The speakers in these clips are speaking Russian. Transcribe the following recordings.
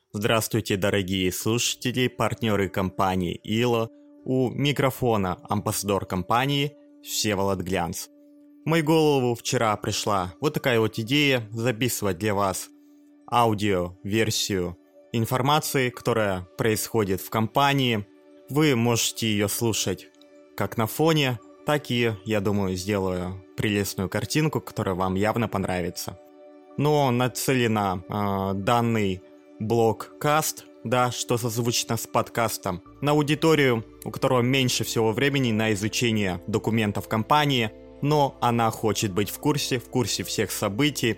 Здравствуйте, дорогие слушатели, партнеры компании ИЛО. У микрофона амбассадор компании Всеволод Глянц. В мою голову вчера пришла вот такая вот идея записывать для вас аудио-версию информации, которая происходит в компании. Вы можете ее слушать как на фоне, так и, я думаю, сделаю прелестную картинку, которая вам явно понравится. Но нацелена данный блогкаст, да, что созвучно с подкастом, на аудиторию, у которой меньше всего времени на изучение документов компании, но она хочет быть в курсе всех событий,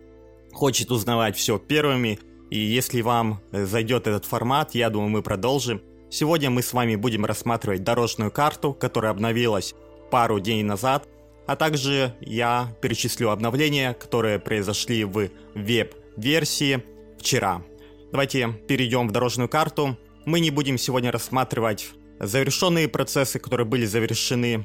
хочет узнавать все первыми, и если вам зайдет этот формат, я думаю, мы продолжим. Сегодня мы с вами будем рассматривать дорожную карту, которая обновилась пару дней назад, а также я перечислю обновления, которые произошли в веб-версии вчера. Давайте перейдем в дорожную карту. Мы не будем сегодня рассматривать завершенные процессы, которые были завершены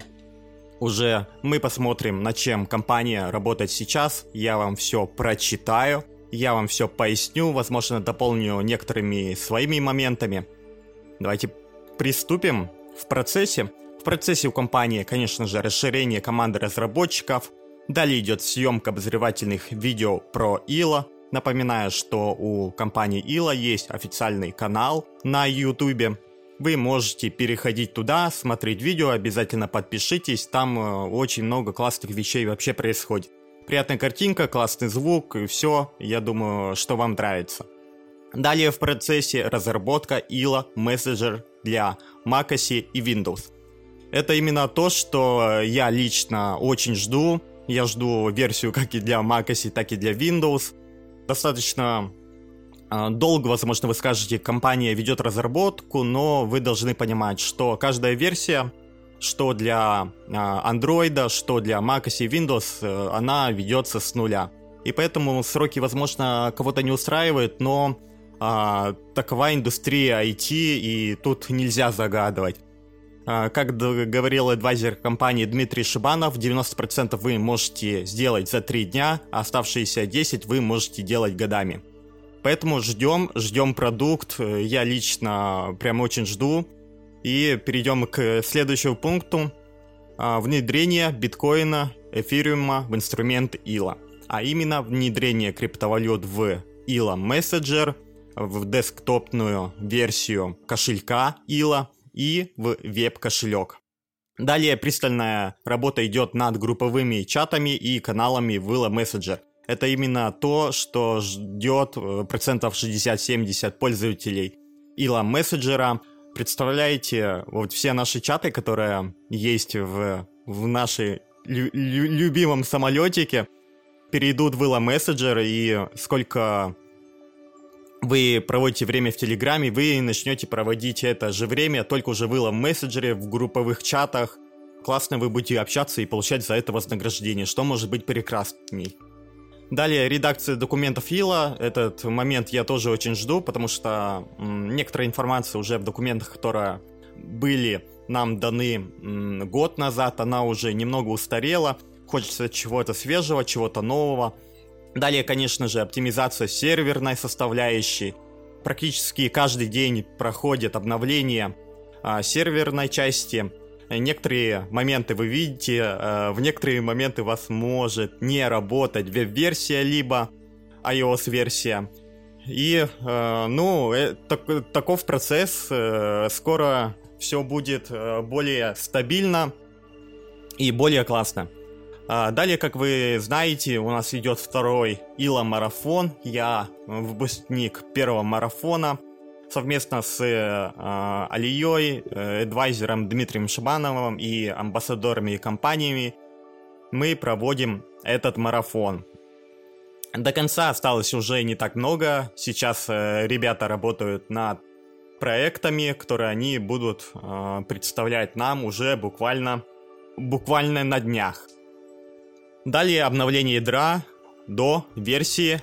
уже. Мы посмотрим, над чем компания работает сейчас. Я вам все прочитаю, я вам все поясню, возможно, дополню некоторыми своими моментами. Давайте приступим в процессе. В процессе у компании, конечно же, расширение команды разработчиков. Далее идет съемка обозревательных видео про ИЛО. Напоминаю, что у компании ИЛО есть официальный канал на YouTube. Вы можете переходить туда, смотреть видео, обязательно подпишитесь. Там очень много классных вещей вообще происходит. Приятная картинка, классный звук и все. Я думаю, что вам нравится. Далее в процессе разработка ИЛО Messenger для macOS и Windows. Это именно то, что я лично очень жду. Я жду версию как и для macOS, так и для Windows. Достаточно долго, возможно, вы скажете, компания ведет разработку, но вы должны понимать, что каждая версия, что для Android, что для macOS и Windows, она ведется с нуля. И поэтому сроки, возможно, кого-то не устраивают, но такова индустрия IT, и тут нельзя загадывать. Как говорил адвайзер компании Дмитрий Шибанов, 90% вы можете сделать за 3 дня, а оставшиеся 10% вы можете делать годами. Поэтому ждем продукт, я лично прям очень жду. И перейдем к следующему пункту. Внедрение биткоина, эфириума в инструмент ИЛО. А именно внедрение криптовалют в ИЛО Messenger, в десктопную версию кошелька ИЛО и в веб-кошелек. Далее пристальная работа идет над групповыми чатами и каналами в ИЛО Messenger. Это именно то, что ждет 60-70% пользователей ИЛО Messenger. Представляете, вот все наши чаты, которые есть в нашей любимом самолетике, перейдут в ИЛО Messenger, и сколько вы проводите время в Телеграме, вы начнете проводить это же время только уже в ИЛО Мессенджере, в групповых чатах. Классно вы будете общаться и получать за это вознаграждение, что может быть прекрасней. Далее редакция документов ИЛО. Этот момент я тоже очень жду, потому что некоторая информация уже в документах, которые были нам даны год назад, она уже немного устарела. Хочется чего-то свежего, чего-то нового. Далее, конечно же, оптимизация серверной составляющей. Практически каждый день проходит обновление серверной части. Некоторые моменты вы видите, в некоторые моменты у вас может не работать веб-версия, либо iOS-версия. И, таков процесс. Скоро все будет более стабильно и более классно. Далее, как вы знаете, у нас идет второй ИЛО марафон. Я выпускник первого марафона. Совместно с Алией, адвайзером Дмитрием Шибановым и амбассадорами и компаниями мы проводим этот марафон. До конца осталось уже не так много. Сейчас ребята работают над проектами, которые они будут представлять нам уже буквально на днях. Далее обновление ядра до версии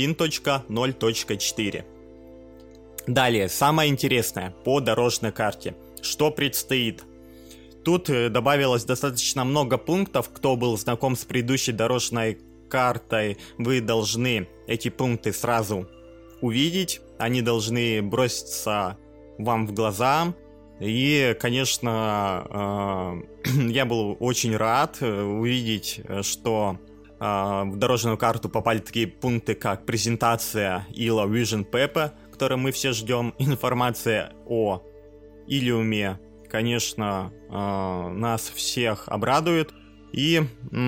1.0.4. Далее, самое интересное по дорожной карте. Что предстоит? Тут добавилось достаточно много пунктов. Кто был знаком с предыдущей дорожной картой, вы должны эти пункты сразу увидеть, они должны броситься вам в глаза. И, конечно, я был очень рад увидеть, что в дорожную карту попали такие пункты, как презентация ILO Vision Paper, которую мы все ждем, информация о Ilium, конечно, нас всех обрадует. И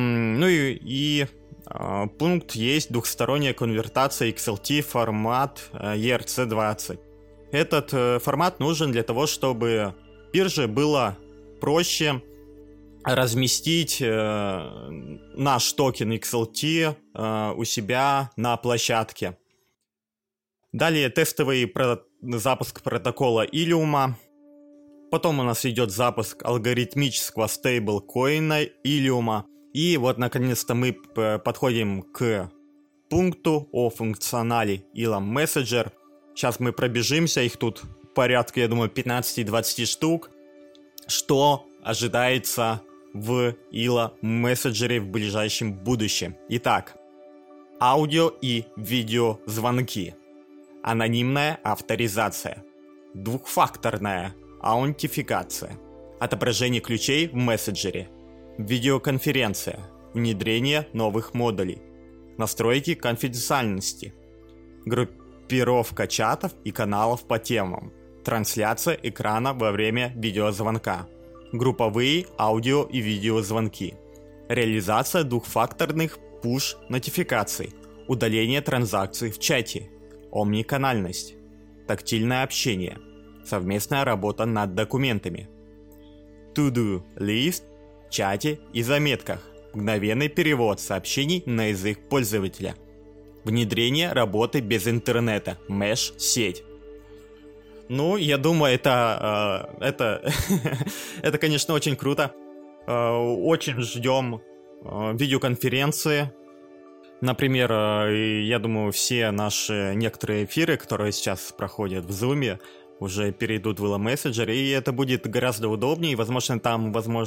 пункт есть двухсторонняя конвертация XLT формат ERC20. Этот формат нужен для того, чтобы бирже было проще разместить наш токен XLT у себя на площадке. Далее тестовый запуск протокола Ilium. Потом у нас идет запуск алгоритмического стейблкоина Ilium. И вот наконец-то мы подходим к пункту о функционале Ilium Messenger. Сейчас мы пробежимся, их тут порядка, я думаю, 15-20 штук. Что ожидается в Ilium Messenger в ближайшем будущем? Итак, аудио и видеозвонки, анонимная авторизация, двухфакторная аутентификация, отображение ключей в мессенджере, видеоконференция, внедрение новых модулей, настройки конфиденциальности, группировка чатов и каналов по темам, трансляция экрана во время видеозвонка, групповые аудио и видеозвонки, реализация двухфакторных push-нотификаций, удаление транзакций в чате, омниканальность, тактильное общение, совместная работа над документами, to-do list в чате и заметках, мгновенный перевод сообщений на язык пользователя, внедрение работы без интернета, mesh-сеть. Ну, я думаю, это, конечно, очень круто. Очень ждем видеоконференции. Например, я думаю, все наши некоторые эфиры, которые сейчас проходят в Zoom, уже перейдут в Ilium Messenger, и это будет гораздо удобнее. Возможно, там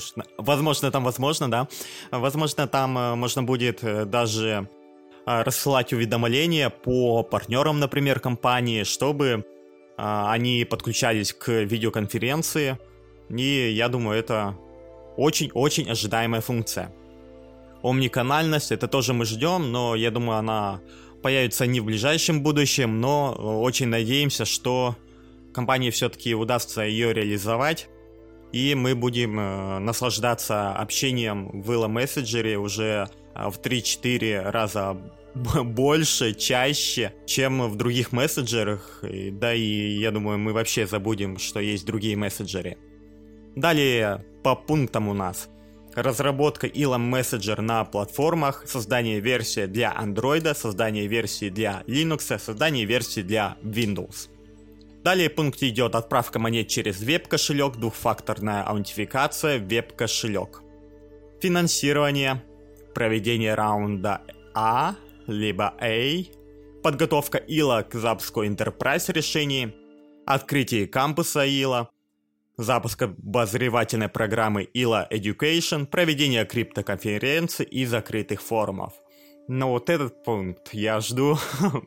можно будет даже рассылать уведомления по партнерам, например, компании, чтобы они подключались к видеоконференции. И я думаю, это очень-очень ожидаемая функция. Омниканальность, это тоже мы ждем, но я думаю, она появится не в ближайшем будущем, но очень надеемся, что компании все-таки удастся ее реализовать, и мы будем наслаждаться общением в Ilium Messenger уже в 3-4 раза больше, чаще, чем в других мессенджерах, да и я думаю, мы вообще забудем, что есть другие мессенджеры. Далее по пунктам у нас: разработка Ilium Messenger на платформах, создание версии для Android, создание версии для Linux, создание версии для Windows. Далее в пункте идет отправка монет через веб-кошелек, двухфакторная аутентификация, веб-кошелек. Финансирование, проведение раунда А, либо A, подготовка Ilium к запуску Enterprise решений, открытие кампуса Ilium, запуск обозревательной программы Ilium Education, проведение криптоконференций и закрытых форумов. Но вот этот пункт я жду.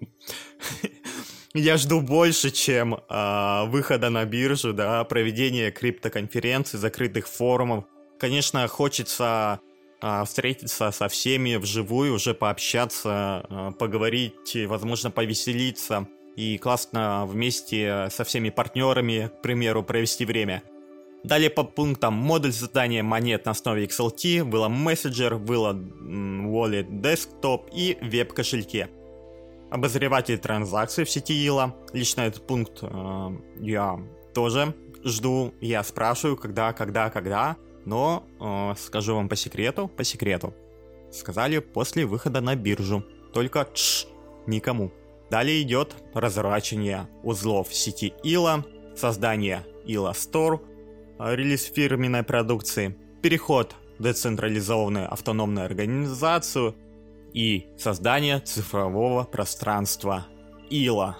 Я жду больше, чем выхода на биржу, да, проведение криптоконференций, закрытых форумов. Конечно, хочется встретиться со всеми вживую, уже пообщаться, поговорить, возможно, повеселиться и классно вместе со всеми партнерами, к примеру, провести время. Далее по пунктам: модуль задания монет на основе XLT, Ilium Messenger, Ilium Wallet Desktop и веб-кошельке. Обозреватель транзакций в сети Ilium. Лично этот пункт я тоже жду. Я спрашиваю, когда. Но скажу вам по секрету. Сказали после выхода на биржу. Только никому. Далее идет разворачивание узлов в сети Ilium, создание Ilium Store, релиз фирменной продукции, переход в децентрализованную автономную организацию и создание цифрового пространства Ilium.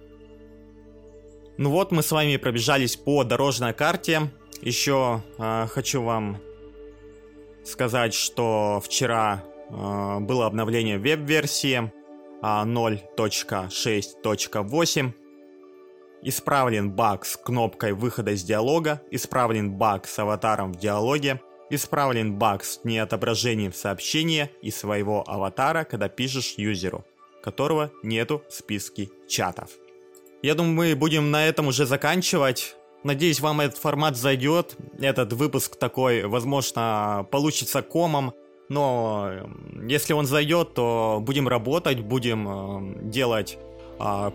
Ну вот, мы с вами пробежались по дорожной карте. Еще хочу вам сказать, что вчера было обновление веб-версии. 0.6.8. Исправлен баг с кнопкой выхода из диалога, исправлен баг с аватаром в диалоге, исправлен баг с неотображением сообщения и своего аватара, когда пишешь юзеру, которого нету в списке чатов. Я думаю, мы будем на этом уже заканчивать. Надеюсь, вам этот формат зайдет. Этот выпуск такой, возможно, получится комом. Но если он зайдет, то будем работать, будем делать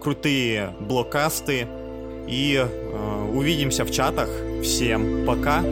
крутые блогкасты. И увидимся в чатах. Всем пока.